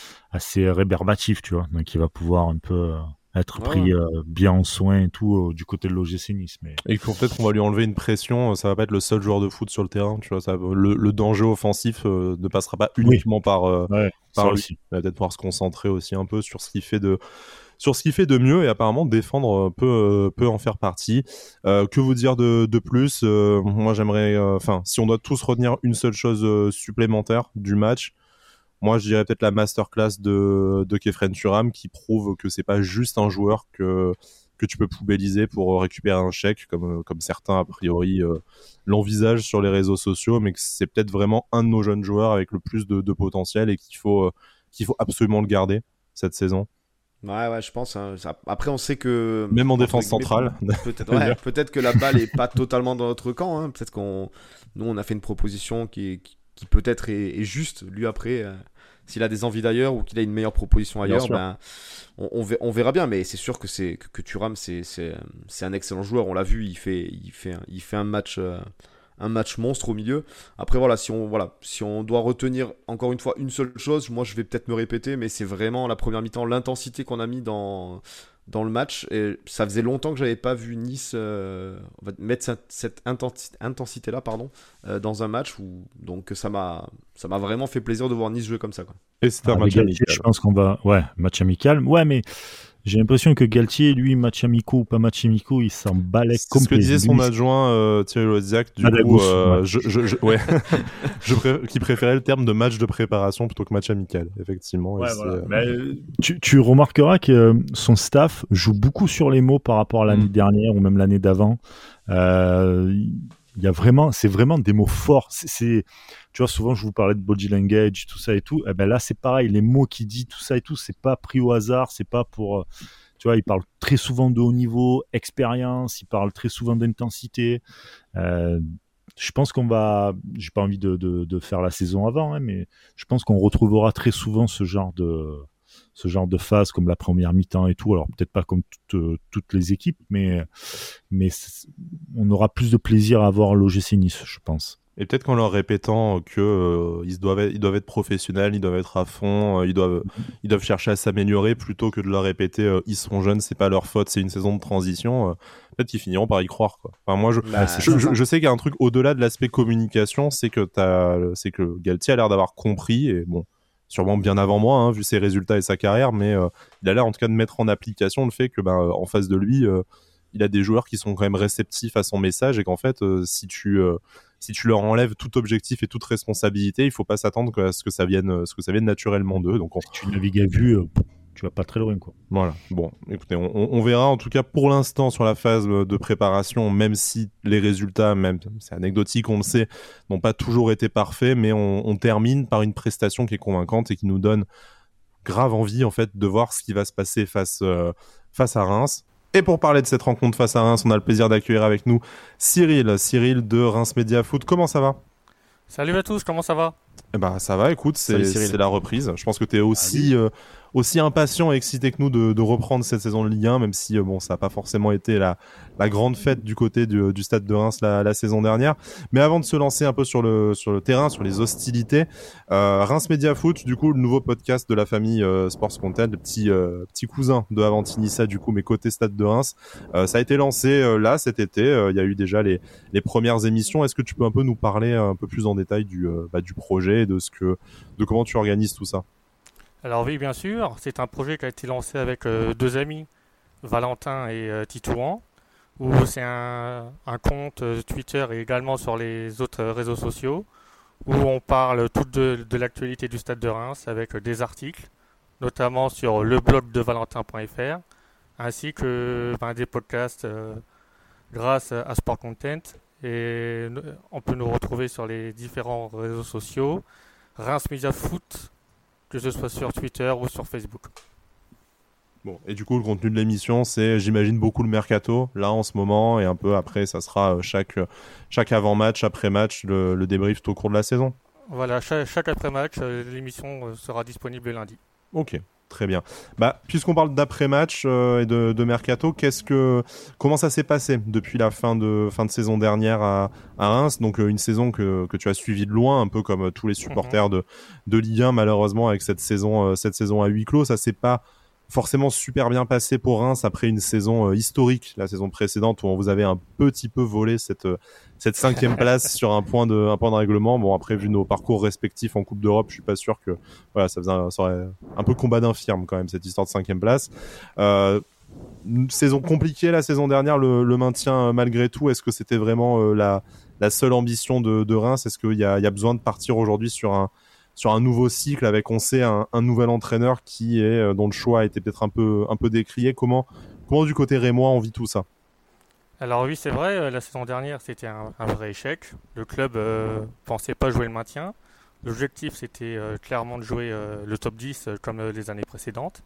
rébarbatif, tu vois. Donc il va pouvoir un peu être pris bien en soin et tout du côté de l'OGC Nice. Mais... Et peut-être qu'on va lui enlever une pression, ça va pas être le seul joueur de foot sur le terrain, tu vois, le danger offensif ne passera pas uniquement par lui. Il va peut-être pouvoir se concentrer aussi un peu sur ce qu'il fait de mieux et apparemment défendre peut en faire partie. Que vous dire de plus moi j'aimerais, si on doit tous retenir une seule chose supplémentaire du match, moi, je dirais peut-être la masterclass de Khéphren Thuram qui prouve que c'est pas juste un joueur que tu peux poubelliser pour récupérer un chèque, comme certains, a priori, l'envisagent sur les réseaux sociaux, mais que c'est peut-être vraiment un de nos jeunes joueurs avec le plus de potentiel et qu'il faut absolument le garder cette saison. Ouais, je pense. Hein, après, on sait que... Même en défense centrale. Peut-être que la balle est pas totalement dans notre camp. Hein. Peut-être nous, on a fait une proposition qui peut-être est juste. Lui, après, s'il a des envies d'ailleurs ou qu'il a une meilleure proposition ailleurs, on verra bien. Mais c'est sûr que Thuram, c'est un excellent joueur. On l'a vu, il fait un match monstre au milieu. Après, si on doit retenir encore une fois une seule chose, moi, je vais peut-être me répéter, mais c'est vraiment la première mi-temps, l'intensité qu'on a mis dans le match. Et ça faisait longtemps que j'avais pas vu Nice mettre cette intensité-là dans un match donc ça m'a vraiment fait plaisir de voir Nice jouer comme ça, quoi. Et c'était un match amical. Je pense qu'on va match amical. Ouais, mais j'ai l'impression que Galtier, lui, match amicaux ou pas match amicaux, il s'en balait complètement. C'est ce que disait son adjoint Thierry Loziac, qui préférait le terme de match de préparation plutôt que match amical, effectivement. Tu remarqueras que son staff joue beaucoup sur les mots par rapport à l'année dernière ou même l'année d'avant. C'est vraiment des mots forts. Tu vois, souvent je vous parlais de body language, tout ça et tout. Et ben là, c'est pareil. Les mots qu'il dit, tout ça et tout, c'est pas pris au hasard. C'est pas pour. Tu vois, il parle très souvent de haut niveau, expérience. Il parle très souvent d'intensité. Je pense qu'on va. J'ai pas envie de faire la saison avant, hein, mais je pense qu'on retrouvera très souvent ce genre de phase comme la première mi-temps et tout. Alors peut-être pas comme toutes les équipes, mais on aura plus de plaisir à voir l'OGC Nice, je pense. Et peut-être qu'en leur répétant que ils doivent être professionnels, ils doivent être à fond, ils doivent chercher à s'améliorer plutôt que de leur répéter ils sont jeunes, c'est pas leur faute, c'est une saison de transition. Peut-être qu'ils finiront par y croire, quoi. Enfin, moi, je sais qu'il y a un truc au-delà de l'aspect communication, c'est que Galtier a l'air d'avoir compris et bon. sûrement bien avant moi, hein, vu ses résultats et sa carrière, mais il a l'air en tout cas de mettre en application le fait que en face de lui, il a des joueurs qui sont quand même réceptifs à son message et qu'en fait, si tu leur enlèves tout objectif et toute responsabilité, il faut pas s'attendre à ce que ça vienne naturellement d'eux. Donc si tu navigues à vue, tu vas pas très loin, quoi. Voilà. Bon, écoutez, on verra en tout cas pour l'instant sur la phase de préparation, même si les résultats, même c'est anecdotique, on le sait, n'ont pas toujours été parfaits, mais on termine par une prestation qui est convaincante et qui nous donne grave envie en fait de voir ce qui va se passer face à Reims. Et pour parler de cette rencontre face à Reims, on a le plaisir d'accueillir avec nous Cyril de Reims Media Foot. Comment ça va ? Salut à tous, comment ça va ? Eh ben, ça va, écoute, c'est la reprise. Je pense que tu es aussi impatient et excité que nous de reprendre cette saison de Ligue 1, même si ça n'a pas forcément été la grande fête du côté du stade de Reims la saison dernière. Mais avant de se lancer un peu sur le terrain, sur les hostilités, Reims Media Foot, du coup, le nouveau podcast de la famille Sports Content, le petit cousin de Avantinissa, du coup, mais côté stade de Reims, ça a été lancé là cet été. Il y a eu déjà les premières émissions. Est-ce que tu peux un peu nous parler un peu plus en détail du projet et de comment tu organises tout ça ? Alors oui, bien sûr, c'est un projet qui a été lancé avec deux amis, Valentin et Titouan, où c'est un compte Twitter et également sur les autres réseaux sociaux, où on parle tout de l'actualité du Stade de Reims avec des articles, notamment sur le blog de valentin.fr, ainsi que des podcasts grâce à Sport Content. Et on peut nous retrouver sur les différents réseaux sociaux, Reims Media Foot, que ce soit sur Twitter ou sur Facebook. Bon, et du coup, le contenu de l'émission, c'est, j'imagine, beaucoup le mercato, là, en ce moment, et un peu après, ça sera chaque avant-match, après-match, le débrief tout au cours de la saison. Voilà, chaque après-match, l'émission sera disponible lundi. Ok, très bien. Puisqu'on parle d'après-match et de mercato, comment ça s'est passé depuis la fin de saison dernière à Reims, donc une saison que tu as suivie de loin, un peu comme tous les supporters de Ligue 1, malheureusement, avec cette saison à huis clos. Ça s'est pas forcément super bien passé pour Reims après une saison historique, la saison précédente, où on vous avait un petit peu volé cette 5e place sur un point de règlement. Bon, après, vu nos parcours respectifs en Coupe d'Europe, je suis pas sûr que ça aurait un peu combat d'infirme quand même, cette histoire de 5e place. Une saison compliquée la saison dernière, le maintien malgré tout. Est-ce que c'était vraiment la seule ambition de Reims ? Est-ce qu'il y a besoin de partir aujourd'hui sur un nouveau cycle avec, on sait, un nouvel entraîneur dont le choix a été peut-être un peu décrié. Comment du côté rémois on vit tout ça ? Alors oui, c'est vrai, la saison dernière c'était un vrai échec. Le club pensait pas jouer le maintien. L'objectif c'était clairement de jouer le top 10 comme les années précédentes.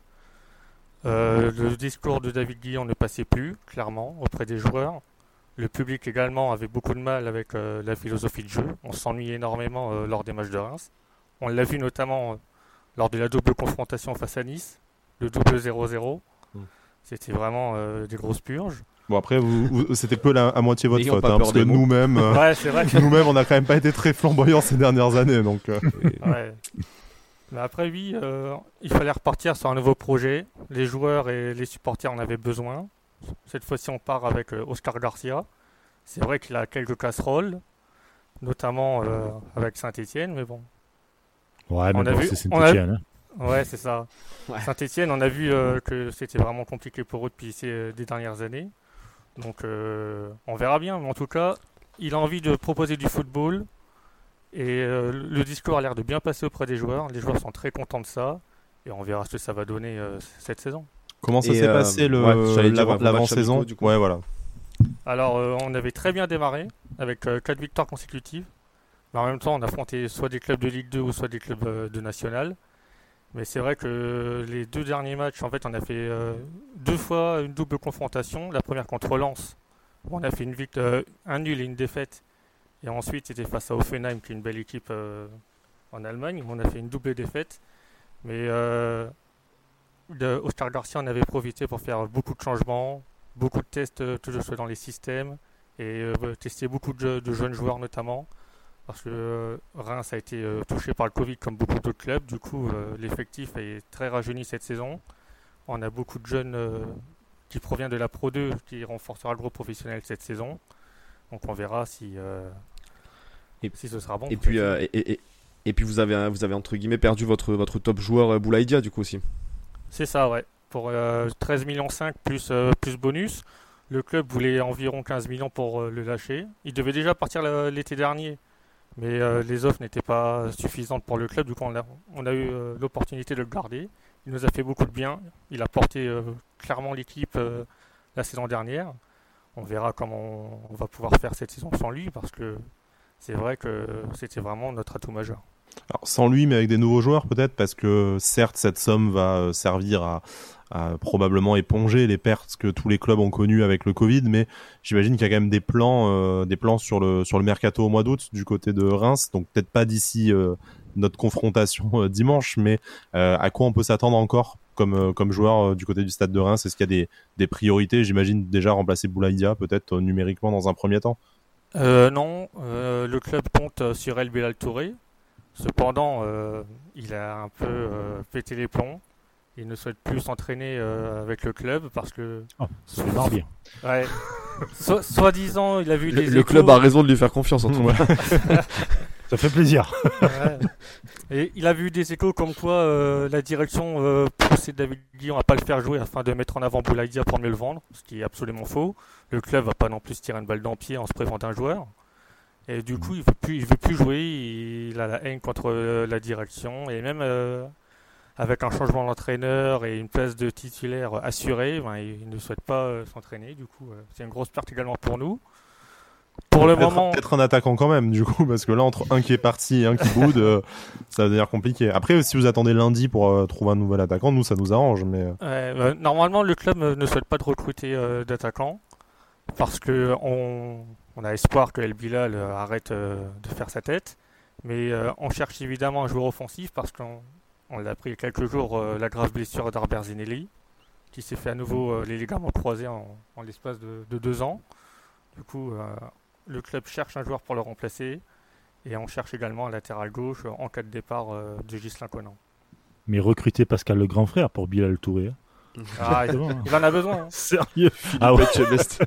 Le discours de David Guillon ne passait plus, clairement, auprès des joueurs. Le public également avait beaucoup de mal avec la philosophie de jeu. On s'ennuyait énormément lors des matchs de Reims. On l'a vu notamment lors de la double confrontation face à Nice, le double 0-0. C'était vraiment des grosses purges. Bon, après, c'était peu à moitié votre faute, parce que nous-mêmes, c'est vrai que... nous-mêmes, on n'a quand même pas été très flamboyants ces dernières années. Donc, ouais. Mais après, oui, il fallait repartir sur un nouveau projet. Les joueurs et les supporters en avaient besoin. Cette fois-ci, on part avec Oscar Garcia. C'est vrai qu'il a quelques casseroles, notamment avec Saint-Etienne, mais bon. Ouais, mais c'est Saint-Etienne. Ouais, c'est ça. Ouais. Saint-Etienne, on a vu que c'était vraiment compliqué pour eux depuis des dernières années. Donc, on verra bien. Mais en tout cas, il a envie de proposer du football. Et le discours a l'air de bien passer auprès des joueurs. Les joueurs sont très contents de ça. Et on verra ce que ça va donner cette saison. Comment ça s'est passé l'avant-saison ? Ouais, voilà. Alors, on avait très bien démarré avec 4 victoires consécutives. Mais en même temps, on affrontait soit des clubs de Ligue 2 ou soit des clubs de National. Mais c'est vrai que les 2 derniers matchs, en fait, on a fait 2 fois une double confrontation. La première contre Lens, où on a fait un nul et une défaite. Et ensuite, c'était face à Hoffenheim, qui est une belle équipe en Allemagne. On a fait une double défaite. Mais Oscar Garcia en avait profité pour faire beaucoup de changements, beaucoup de tests dans les systèmes et tester beaucoup de jeunes joueurs notamment. Parce que Reims a été touché par le Covid comme beaucoup d'autres clubs. Du coup, l'effectif est très rajeuni cette saison. On a beaucoup de jeunes qui proviennent de la Pro 2 qui renforcera le groupe professionnel cette saison. Donc on verra si ce sera bon. Et puis, Et puis vous avez entre guillemets perdu votre top joueur Boulaïdia du coup aussi. C'est ça, ouais. Pour 13,5 millions plus bonus. Le club voulait environ 15 millions pour le lâcher. Il devait déjà partir l'été dernier, mais les offres n'étaient pas suffisantes pour le club. Du coup, on a eu l'opportunité de le garder. Il nous a fait beaucoup de bien. Il a porté clairement l'équipe la saison dernière. On verra comment on va pouvoir faire cette saison sans lui, parce que c'est vrai que c'était vraiment notre atout majeur. Alors, sans lui, mais avec des nouveaux joueurs peut-être, parce que certes, cette somme va servir à probablement éponger les pertes que tous les clubs ont connues avec le Covid, mais j'imagine qu'il y a quand même des plans sur le mercato au mois d'août du côté de Reims, donc peut-être pas d'ici notre confrontation dimanche, mais à quoi on peut s'attendre encore comme joueur du côté du stade de Reims? Est-ce qu'il y a des priorités? J'imagine déjà remplacer Boulaïdia peut-être numériquement dans un premier temps. Non, le club compte sur El Belal Touré. Cependant, il a un peu pété les plombs. Il ne souhaite plus s'entraîner avec le club parce que... Oh, ça démarre bien. Ouais. Soi-disant, il a vu des échos. Le club a raison de lui faire confiance en tout cas. Ça fait plaisir. Ouais. Et il a vu des échos comme quoi la direction poussait David Guillon à pas le faire jouer afin de mettre en avant Boulaïdia pour mieux le vendre, ce qui est absolument faux. Le club va pas non plus se tirer une balle dans le pied en se privant d'un joueur. Et du coup, il veut plus jouer. Il a la haine contre la direction, et même avec un changement d'entraîneur et une place de titulaire assurée, il ne souhaite pas s'entraîner. Du coup, c'est une grosse perte également pour nous. Pour le moment, peut-être un attaquant quand même, du coup, parce que là, entre un qui est parti et un qui boude, ça va devenir compliqué. Après, si vous attendez lundi pour trouver un nouvel attaquant, nous, ça nous arrange. Mais normalement, le club ne souhaite pas de recruter d'attaquants, parce que on a espoir que El Bilal arrête de faire sa tête. Mais on cherche évidemment un joueur offensif, parce qu'on a appris il y a quelques jours la grave blessure d'Arbert Zinelli, qui s'est fait à nouveau les ligaments croisés en l'espace de 2 ans. Du coup, le club cherche un joueur pour le remplacer, et on cherche également un latéral gauche en cas de départ de Ghislain Conan. Mais recruter Pascal le grand frère pour Bilal Touré. Ah, il en a besoin. Hein. Sérieux? Ah ouais, Chebest.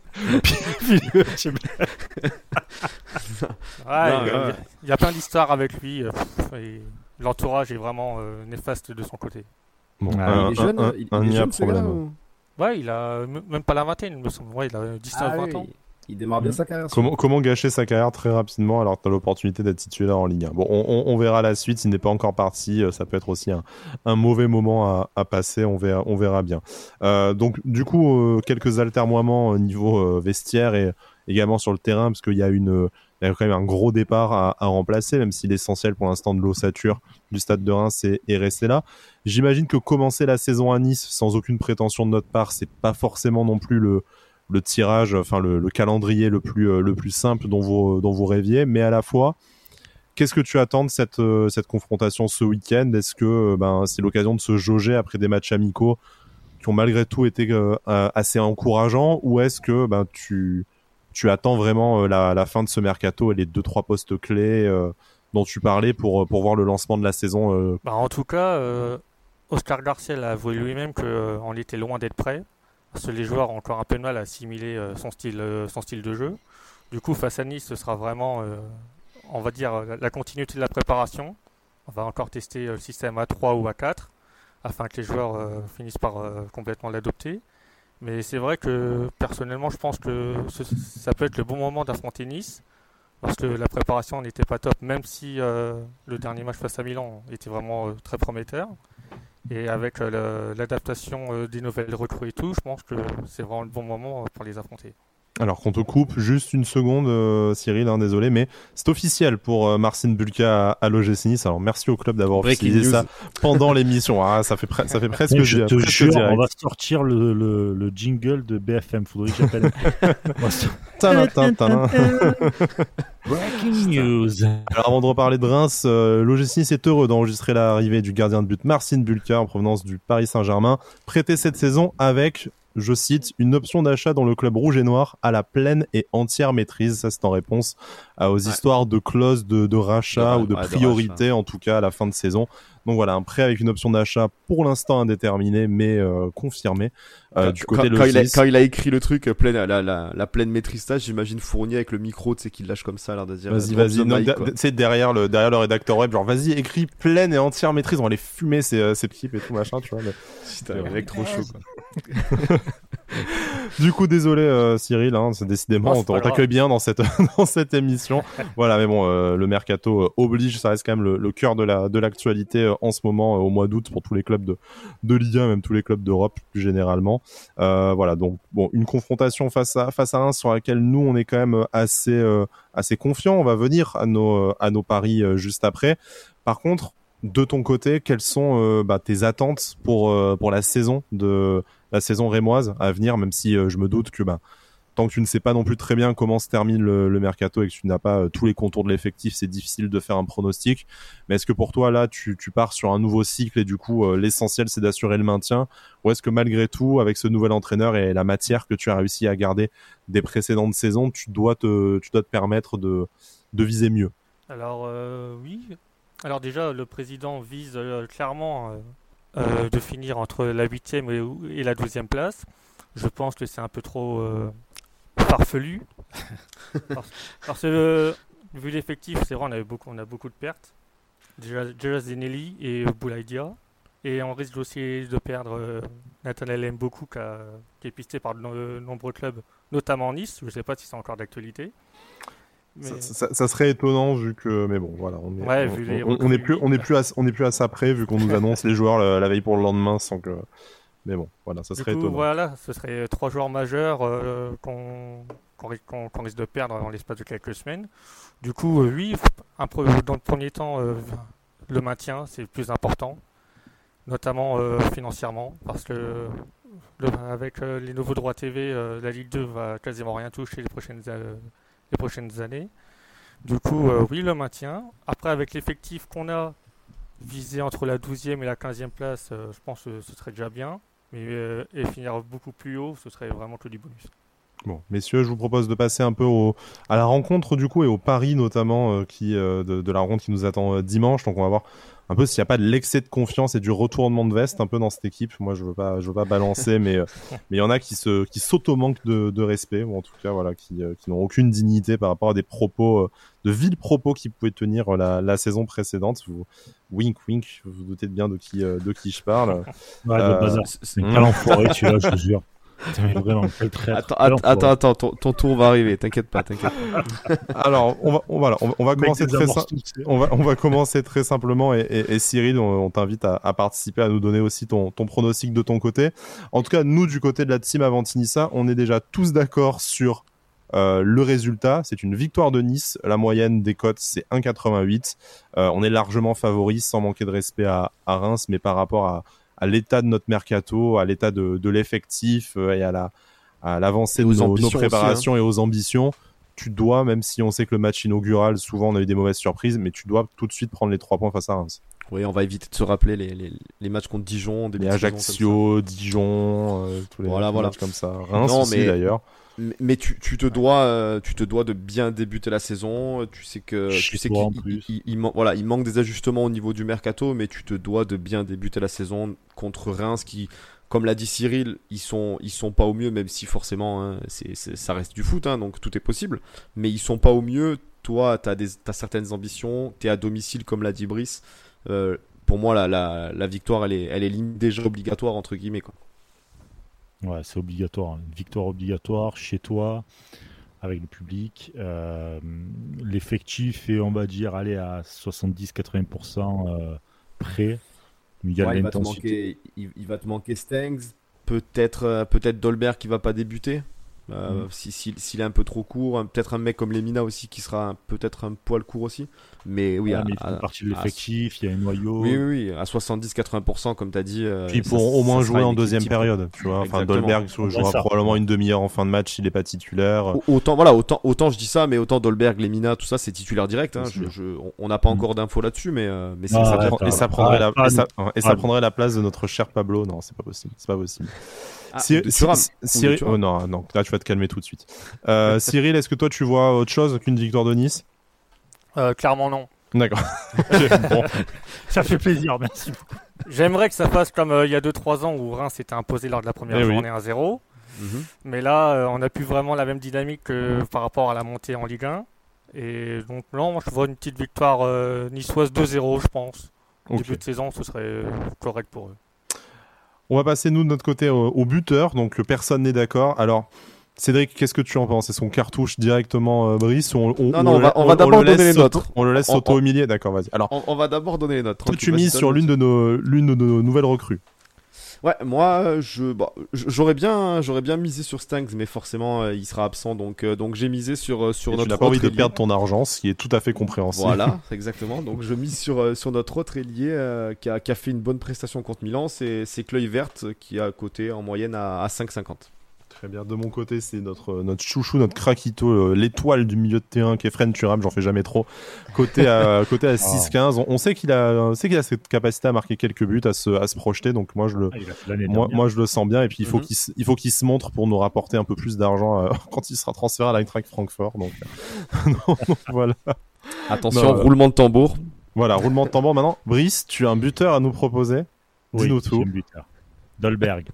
Il y a plein d'histoires avec lui. Et l'entourage est vraiment néfaste de son côté. Bon, il est jeune, il est jeune ce gars, ou... Ouais, il a même pas la vingtaine, il me semble. Ouais, il a 19-20 ans. Il démarre bien sa carrière. Comment gâcher sa carrière très rapidement alors que tu as l'opportunité d'être titulaire en Ligue 1? Bon, on verra la suite, il n'est pas encore parti, ça peut être aussi un mauvais moment à passer, on verra bien. Donc du coup, quelques altermoiements au niveau vestiaire et également sur le terrain, parce qu'il y a quand même un gros départ à remplacer, même si l'essentiel pour l'instant de l'ossature du stade de Reims est resté là. J'imagine que commencer la saison à Nice sans aucune prétention de notre part, c'est pas forcément non plus le tirage, enfin le calendrier le plus simple dont vous rêviez, mais à la fois, qu'est-ce que tu attends de cette confrontation ce week-end? Est-ce que c'est l'occasion de se jauger après des matchs amicaux qui ont malgré tout été assez encourageants, ou est-ce que tu attends vraiment la fin de ce mercato et les 2-3 postes clés dont tu parlais pour voir le lancement de la saison? En tout cas, Oscar Garcia a avoué lui-même qu'on était loin d'être prêt, parce que les joueurs ont encore un peu de mal à assimiler son style de jeu. Du coup, face à Nice, ce sera vraiment, on va dire, la continuité de la préparation. On va encore tester le système A3 ou A4, afin que les joueurs finissent par complètement l'adopter. Mais c'est vrai que, personnellement, je pense que ça peut être le bon moment d'affronter Nice, parce que la préparation n'était pas top, même si le dernier match face à Milan était vraiment très prometteur. Et avec l'adaptation des nouvelles recrues et tout, je pense que c'est vraiment le bon moment pour les affronter. Alors qu'on te coupe juste une seconde, Cyril, désolé, mais c'est officiel pour Marcin Bulka à l'OGC Nice. Alors merci au club d'avoir officialisé ça pendant l'émission. Ah, ça fait presque. Je te jure, direct. On va sortir le jingle de BFM. Faudrait que j'appelle. Breaking news. Alors avant de reparler de Reims, l'OGC Nice est heureux d'enregistrer l'arrivée du gardien de but Marcin Bulka en provenance du Paris Saint-Germain, prêté cette saison avec, je cite, une option d'achat dans le club rouge et noir à la pleine et entière maîtrise. Ça, c'est en réponse aux histoires de clauses de rachat ou de priorité, en tout cas à la fin de saison. Donc voilà, un prêt avec une option d'achat pour l'instant indéterminée, mais confirmée. Du côté quand il a écrit le truc, la pleine maîtrise stage, j'imagine Fournier avec le micro, tu sais, qu'il lâche comme ça, l'air de dire. Vas-y. Tu sais, derrière le rédacteur web, genre vas-y, écris pleine et entière maîtrise, on va les fumer ces types et tout machin, tu vois. Mais... Putain, le mec trop chaud, quoi. Du coup, désolé Cyril, c'est décidément on t'accueille bien dans cette émission. Voilà, mais bon, le mercato oblige, ça reste quand même le cœur de l'actualité en ce moment, au mois d'août, pour tous les clubs de Ligue 1, même tous les clubs d'Europe plus généralement. Voilà, donc bon, une confrontation face à Reims sur laquelle nous on est quand même assez confiants. On va venir à nos paris juste après. Par contre, de ton côté, quelles sont tes attentes pour la saison rémoise à venir, même si je me doute que tant que tu ne sais pas non plus très bien comment se termine le mercato et que tu n'as pas tous les contours de l'effectif, c'est difficile de faire un pronostic. Mais est-ce que pour toi, là, tu pars sur un nouveau cycle et du coup, l'essentiel, c'est d'assurer le maintien? Ou est-ce que malgré tout, avec ce nouvel entraîneur et la matière que tu as réussi à garder des précédentes saisons, tu dois te permettre de viser mieux? Alors, oui. Alors déjà, le président vise clairement de finir entre la 8e et la 12e place. Je pense que c'est un peu trop farfelu. parce que vu l'effectif, c'est vrai, on a beaucoup de pertes. Déjà Zenelli et Boulaïdia. Et on risque aussi de perdre Nathanaël Mboku qui est pisté par de nombreux clubs, notamment Nice. Je ne sais pas si c'est encore d'actualité. Mais... Ça serait étonnant vu que, mais bon, voilà, on est plus à ça près vu qu'on nous annonce les joueurs la veille pour le lendemain sans que. Mais bon, voilà, ça serait étonnant. Voilà, ce serait 3 joueurs majeurs qu'on risque de perdre en l'espace de quelques semaines. Du coup, oui, dans le premier temps, le maintien, c'est le plus important, notamment financièrement, parce que avec les nouveaux droits TV, la Ligue 2 va quasiment rien toucher les prochaines années. Du coup, oui, le maintien. Après, avec l'effectif qu'on a visé entre la 12e et la 15e place, je pense que ce serait déjà bien. Et finir beaucoup plus haut, ce serait vraiment que du bonus. Bon, messieurs, je vous propose de passer un peu à la rencontre du coup et au pari notamment de la rencontre qui nous attend dimanche. Donc on va voir un peu s'il n'y a pas de l'excès de confiance et du retournement de veste un peu dans cette équipe. Moi, je veux pas balancer, mais il y en a qui s'auto-manquent de respect, ou en tout cas voilà, qui n'ont aucune dignité par rapport à des propos, de vils propos qu'ils pouvaient tenir la saison précédente. Wink, vous vous doutez bien de qui je parle. Ouais, de bazar. C'est un enfoiré, celui-là, je te jure. Attends, ton tour va arriver, t'inquiète pas. Alors, on va commencer très simplement et Cyril, on t'invite à participer, à nous donner aussi ton pronostic de ton côté. En tout cas, nous, du côté de la team Avantinissa, on est déjà tous d'accord sur le résultat. C'est une victoire de Nice. La moyenne des cotes, c'est 1,88. On est largement favori, sans manquer de respect à Reims, mais par rapport à l'état de notre mercato, à l'état de l'effectif et à l'avancée de nos préparations aussi, et aux ambitions, tu dois, même si on sait que le match inaugural, souvent on a eu des mauvaises surprises, mais tu dois tout de suite prendre les 3 points face à Reims. Oui, on va éviter de se rappeler les matchs contre Dijon, les Ajaccio, Dijon, tous les matchs comme ça. Reims aussi d'ailleurs. Mais tu te dois de bien débuter la saison. Tu sais qu'il manque des ajustements au niveau du mercato, mais tu te dois de bien débuter la saison contre Reims qui, comme l'a dit Cyril, ils sont pas au mieux, même si forcément ça reste du foot, donc tout est possible. Mais ils sont pas au mieux. Toi, t'as certaines ambitions. T'es à domicile, comme l'a dit Brice. Pour moi, la victoire, elle est limite déjà obligatoire entre guillemets, quoi. Ouais, c'est obligatoire. Une victoire obligatoire chez toi, avec le public. L'effectif est, on va dire, aller à 70-80% prêt. Il y a l'intensité. Il va te manquer Stengs. Peut-être Dolberg qui va pas débuter. S'il est un peu trop court, peut-être un mec comme Lemina aussi qui sera peut-être un poil court aussi, mais oui, mais il fait partie de l'effectif, il y a un noyau. Oui, à 70-80% comme tu as dit. Puis ils pourront au moins jouer en deuxième période, tu vois. Enfin, Dolberg jouera probablement une demi-heure en fin de match s'il n'est pas titulaire. Autant je dis ça, mais autant Dolberg, Lemina, tout ça, c'est titulaire direct. On n'a pas encore d'infos là-dessus, mais ça prendrait la place de notre cher Pablo. Non, c'est pas possible. Cyril, non, là tu vas te calmer tout de suite. Cyril, est-ce que toi tu vois autre chose qu'une victoire de Nice ? Clairement non. D'accord. Bon. Ça fait plaisir, merci. J'aimerais que ça fasse comme il y a 2-3 ans où Reims s'était imposé lors de la première journée 1-0. Mais là, on n'a plus vraiment la même dynamique que par rapport à la montée en Ligue 1. Et donc là, moi, je vois une petite victoire niçoise 2-0, je pense. Début de saison, ce serait correct pour eux. On va passer, nous, de notre côté, au buteur. Donc, personne n'est d'accord. Alors, Cédric, qu'est-ce que tu en penses ? Est-ce qu'on cartouche directement Brice ou on va d'abord donner les nôtres. On le laisse sauter au milieu ? D'accord, vas-y. Alors, on va d'abord donner les nôtres. Toi, tu mises sur l'une de nos nouvelles recrues. Ouais, moi, j'aurais bien misé sur Stanks, mais forcément, il sera absent, donc j'ai misé sur notre autre ailier. Tu n'as pas envie de perdre ton argent, ce qui est tout à fait compréhensible. Voilà, exactement. Donc je mise sur notre autre ailier qui a fait une bonne prestation contre Milan, c'est Kluivert qui a coté en moyenne à 5,50. Très bien. De mon côté, c'est notre chouchou, notre craquito, l'étoile du milieu de terrain qui est Fren Thuram, j'en fais jamais trop. Côté à 6,15. On sait qu'il a cette capacité à marquer quelques buts, à se projeter. Donc moi je le sens bien. Et puis il faut qu'il se montre pour nous rapporter un peu plus d'argent quand il sera transféré à l'Eintracht Francfort. Donc voilà. Attention, roulement de tambour. Voilà, roulement de tambour. Maintenant, Brice, tu as un buteur à nous proposer. Dis-nous tout. J'ai un buteur. Dolberg.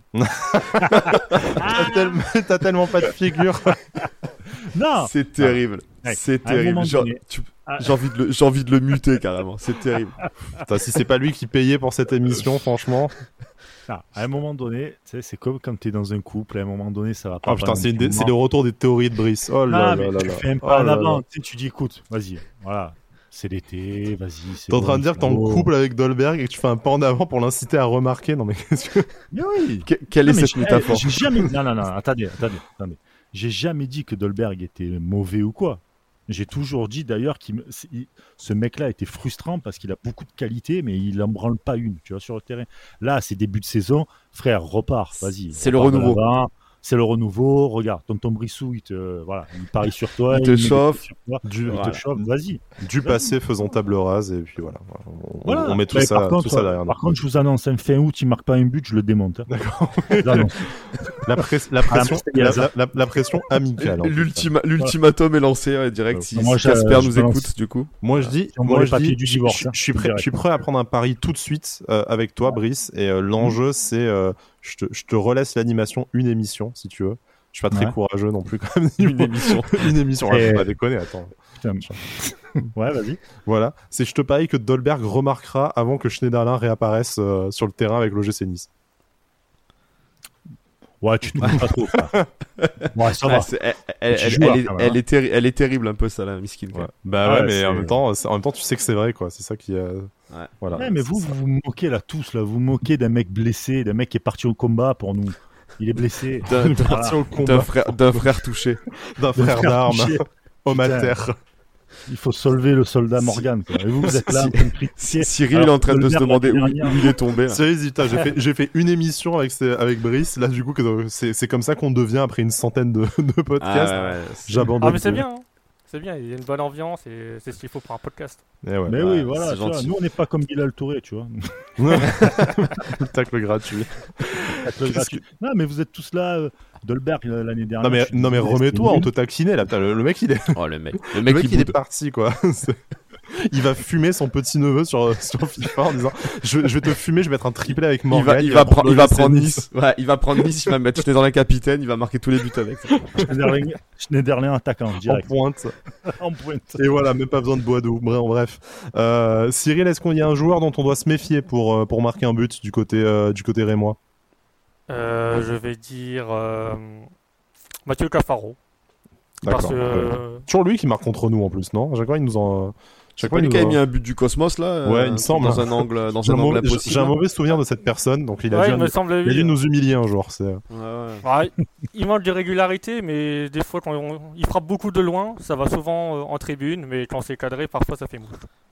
T'as tellement pas de figure. Non. C'est terrible. C'est terrible. J'ai envie de le muter carrément. C'est terrible. Putain, si c'est pas lui qui payait pour cette émission, franchement. À un moment donné, c'est comme quand t'es dans un couple. À un moment donné, ça va pas. Oh putain, c'est le retour des théories de Brice. Oh là là là. Tu fais un pas en avant. Tu dis, écoute, vas-y, voilà. C'est l'été, vas-y. T'es en train de dire que t'es en couple avec Dolberg et que tu fais un pas en avant pour l'inciter à remarquer. Non mais qu'est-ce que... Mais oui. Quelle est cette métaphore ? J'ai jamais... Non, attendez. J'ai jamais dit que Dolberg était mauvais ou quoi. J'ai toujours dit d'ailleurs ce mec-là était frustrant parce qu'il a beaucoup de qualité, mais il en branle pas une, tu vois, sur le terrain. Là, c'est début de saison, frère, repars, vas-y. C'est le renouveau. C'est le renouveau. Regarde, tonton Brissou, il parie sur toi. Il te chauffe. Te chauffe, vas-y. Du passé, faisons table rase et puis voilà. On met tout ça derrière nous. Par contre, je vous annonce, fin août, il marque pas un but, je le démonte. D'accord. La pression amicale. L'ultimatum est lancé direct. Si Casper nous écoute, du coup. Moi, je dis, je suis prêt à prendre un pari tout de suite avec toi, Brice. Et l'enjeu, c'est je te relaisse l'animation, une émission, si tu veux. Je suis pas très courageux non plus, quand même. Une émission. Faut pas déconner, attends. Putain. Ouais, vas-y. Voilà. C'est je te parie que Dolberg remarquera avant que Schneiderlin réapparaisse sur le terrain avec l'OGC Nice. Ouais, tu te mets pas trop. Ouais, ça va. Elle est terrible un peu ça, la Miskin. Ouais. Mais en même temps, tu sais que c'est vrai, quoi. C'est ça qui. Voilà. Ouais, mais vous moquez là tous là. Vous moquez d'un mec blessé, d'un mec qui est parti au combat pour nous. Il est blessé. D'un frère touché. D'un frère d'armes. Homme à terre. Il faut solver le soldat Morgan. Quoi. Et vous êtes là en train de critiquer. Cyril est en train de se demander où il est tombé. J'ai fait une émission avec Brice. Là, du coup, c'est comme ça qu'on devient après une centaine de podcasts. J'abandonne. Ah, mais c'est bien. Hein. C'est bien, il y a une bonne ambiance et c'est ce qu'il faut pour un podcast. Mais oui, voilà. Nous, on n'est pas comme Bilal Touré, tu vois. Le tacle gratuit. Non, mais vous êtes tous là. Dolberg l'année dernière. Non, mais remets-toi, on te taquinait là. Le mec, il est. Oh, le mec il est parti, quoi. Il va fumer son petit neveu sur FIFA en disant je vais te fumer, je vais mettre un triplé avec Morgan. Il va prendre Nice. Ouais, il va prendre Nice, il va mettre Schneiderlin capitaine, il va marquer tous les buts avec. Schneiderlin attaquant direct. En pointe. Et voilà, même pas besoin de Boadou. Bref. Cyril, est-ce qu'il y a un joueur dont on doit se méfier pour marquer un but du côté rémois ? Je vais dire Mathieu Cafaro. D'accord. Toujours lui qui marque contre nous en plus, non ? Chaque fois, il nous en. Chaque fois, il a mis un but du Cosmos là. Ouais, il me semble. Dans un angle impossible. J'ai un mauvais souvenir de cette personne, donc il a dû nous humilier un jour. Il manque de régularité, mais des fois, quand il frappe beaucoup de loin, ça va souvent en tribune, mais quand c'est cadré, parfois ça fait mouche.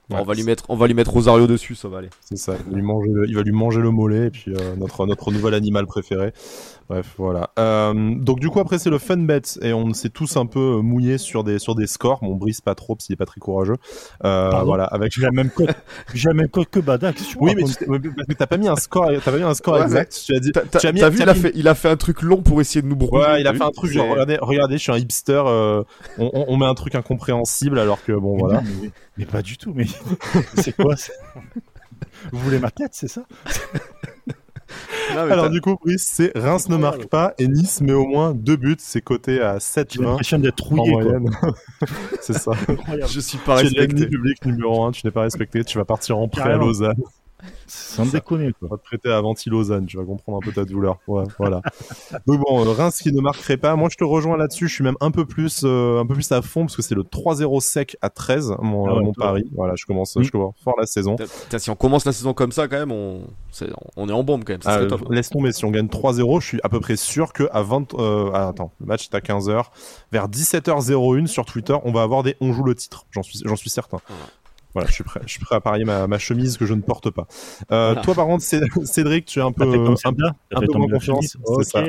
Ouais, on va lui mettre Rosario dessus, ça va aller. C'est ça, il va lui manger le mollet et puis notre nouvel animal préféré. Bref, voilà. Donc du coup après c'est le fun bet et on s'est tous un peu mouillés sur des scores. Bon, Brice pas trop parce qu'il est pas très courageux. Voilà, avec j'ai la même cote que Bada. Oui, mais t'as pas mis un score, Ouais, exact. Tu as dit. T'as vu, il a fait un truc long pour essayer de nous brouiller. Ouais, il a fait un truc genre regardez, je suis un hipster. On met un truc incompréhensible alors que bon voilà. Mais pas du tout. Mais c'est quoi Vous voulez ma tête, c'est ça? Alors du coup, Brice, c'est Reims ne marque pas et Nice met au moins 2 buts. C'est coté à 7-20. J'ai l'impression d'être rouillé, quoi. C'est ça. Je suis pas respecté. Tu es l'ennemi public numéro 1, tu n'es pas respecté, tu vas partir en prêt à Lausanne. Sans déconner, quoi. On va te prêter à Venti-Lausanne, tu vas comprendre un peu ta douleur. Ouais, voilà. Donc bon, Reims qui ne marquerait pas. Moi, je te rejoins là-dessus. Je suis même un peu plus à fond parce que c'est le 3-0 sec à 13, mon pari. Voilà, je commence fort la saison. Si on commence la saison comme ça, quand même, on est en bombe quand même. Ça serait top. Laisse tomber. Si on gagne 3-0, je suis à peu près sûr que à 20. Attends, le match est à 15h. Vers 17h01 sur Twitter, on va avoir des on joue le titre. J'en suis certain. Voilà, je suis prêt à parier ma chemise que je ne porte pas. Voilà. Toi, par contre, Cédric, tu es un peu moins confiance. C'est ça.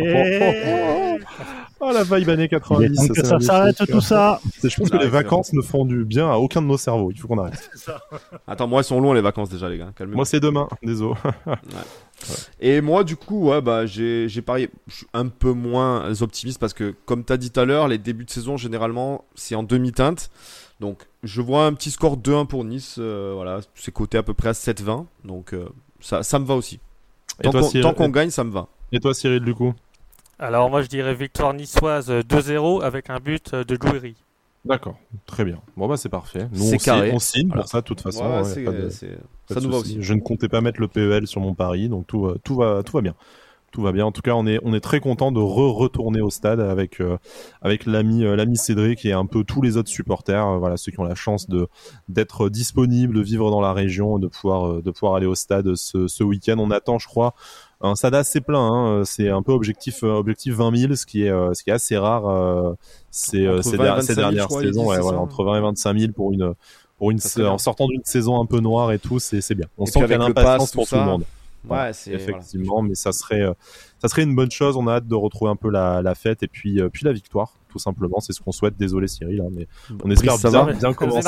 Oh, la vibe années 90. Donc ça s'arrête tout ça. Je pense que les vacances ne font du bien à aucun de nos cerveaux. Il faut qu'on arrête. Attends, moi, elles sont longs les vacances déjà, les gars. Calmez-vous. Moi, c'est demain. Désolé. Ouais. Et moi, du coup, j'ai parié. Je suis un peu moins optimiste parce que, comme tu as dit tout à l'heure, les débuts de saison, généralement, c'est en demi-teinte. Donc, je vois un petit score 2-1 pour Nice. Voilà, c'est coté à peu près à 7-20. Donc, ça me va aussi. Tant qu'on gagne, ça me va. Et toi, Cyril, du coup? Alors, moi, je dirais victoire niçoise 2-0 avec un but de Gouiri. D'accord, très bien. Bon, c'est parfait. Nous, c'est carré. On signe pour ça, de toute façon. Ouais, ça nous va aussi. Je ne comptais pas mettre le PEL sur mon pari, donc tout va bien. Tout va bien. En tout cas, on est très content de retourner au stade avec l'ami Cédric et un peu tous les autres supporters. Voilà, ceux qui ont la chance d'être disponibles, de vivre dans la région, de pouvoir aller au stade ce week-end. On attend, je crois, un stade assez plein. Hein. C'est un peu objectif 20 000, ce qui est assez rare. Ces dernières saisons, voilà, entre 20 et 25 000 pour une en sortant d'une saison un peu noire et tout, c'est bien. On sent qu'il y a l'impatience pour tout le monde. Ouais, c'est effectivement, voilà. Mais ça serait une bonne chose. On a hâte de retrouver un peu la fête et puis la victoire, tout simplement. C'est ce qu'on souhaite. Désolé Cyril, hein, mais on espère bien commencer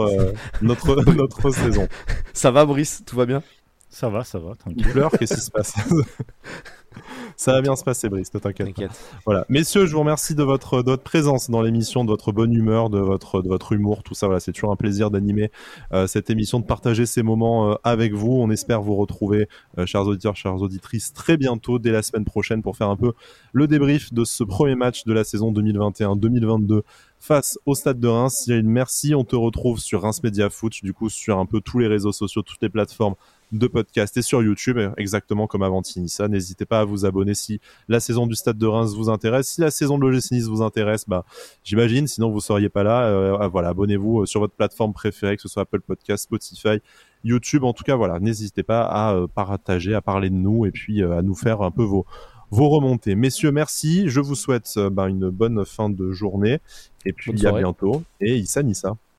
notre saison. Ça va, Brice? Tout va bien? Ça va, tranquille. Il pleure, qu'est-ce qui se passe? Ça va bien se passer, Brice, ne t'inquiète pas. Voilà. Messieurs, je vous remercie de votre présence dans l'émission, de votre bonne humeur, de votre humour, tout ça. Voilà, c'est toujours un plaisir d'animer cette émission, de partager ces moments avec vous. On espère vous retrouver, chers auditeurs, chères auditrices, très bientôt, dès la semaine prochaine, pour faire un peu le débrief de ce premier match de la saison 2021-2022 face au Stade de Reims. Cyril, merci. On te retrouve sur Reims Media Foot, du coup, sur un peu tous les réseaux sociaux, toutes les plateformes de podcast et sur YouTube, exactement comme avant Tinissa. N'hésitez pas à vous abonner si la saison du Stade de Reims vous intéresse. Si la saison de l'OGC Nice vous intéresse, j'imagine, sinon vous seriez pas là. Voilà, abonnez-vous sur votre plateforme préférée, que ce soit Apple Podcast, Spotify, YouTube. En tout cas, voilà, n'hésitez pas à partager, à parler de nous et puis à nous faire un peu vos remontées. Messieurs, merci. Je vous souhaite une bonne fin de journée et puis à bientôt. Et Issa Nissa.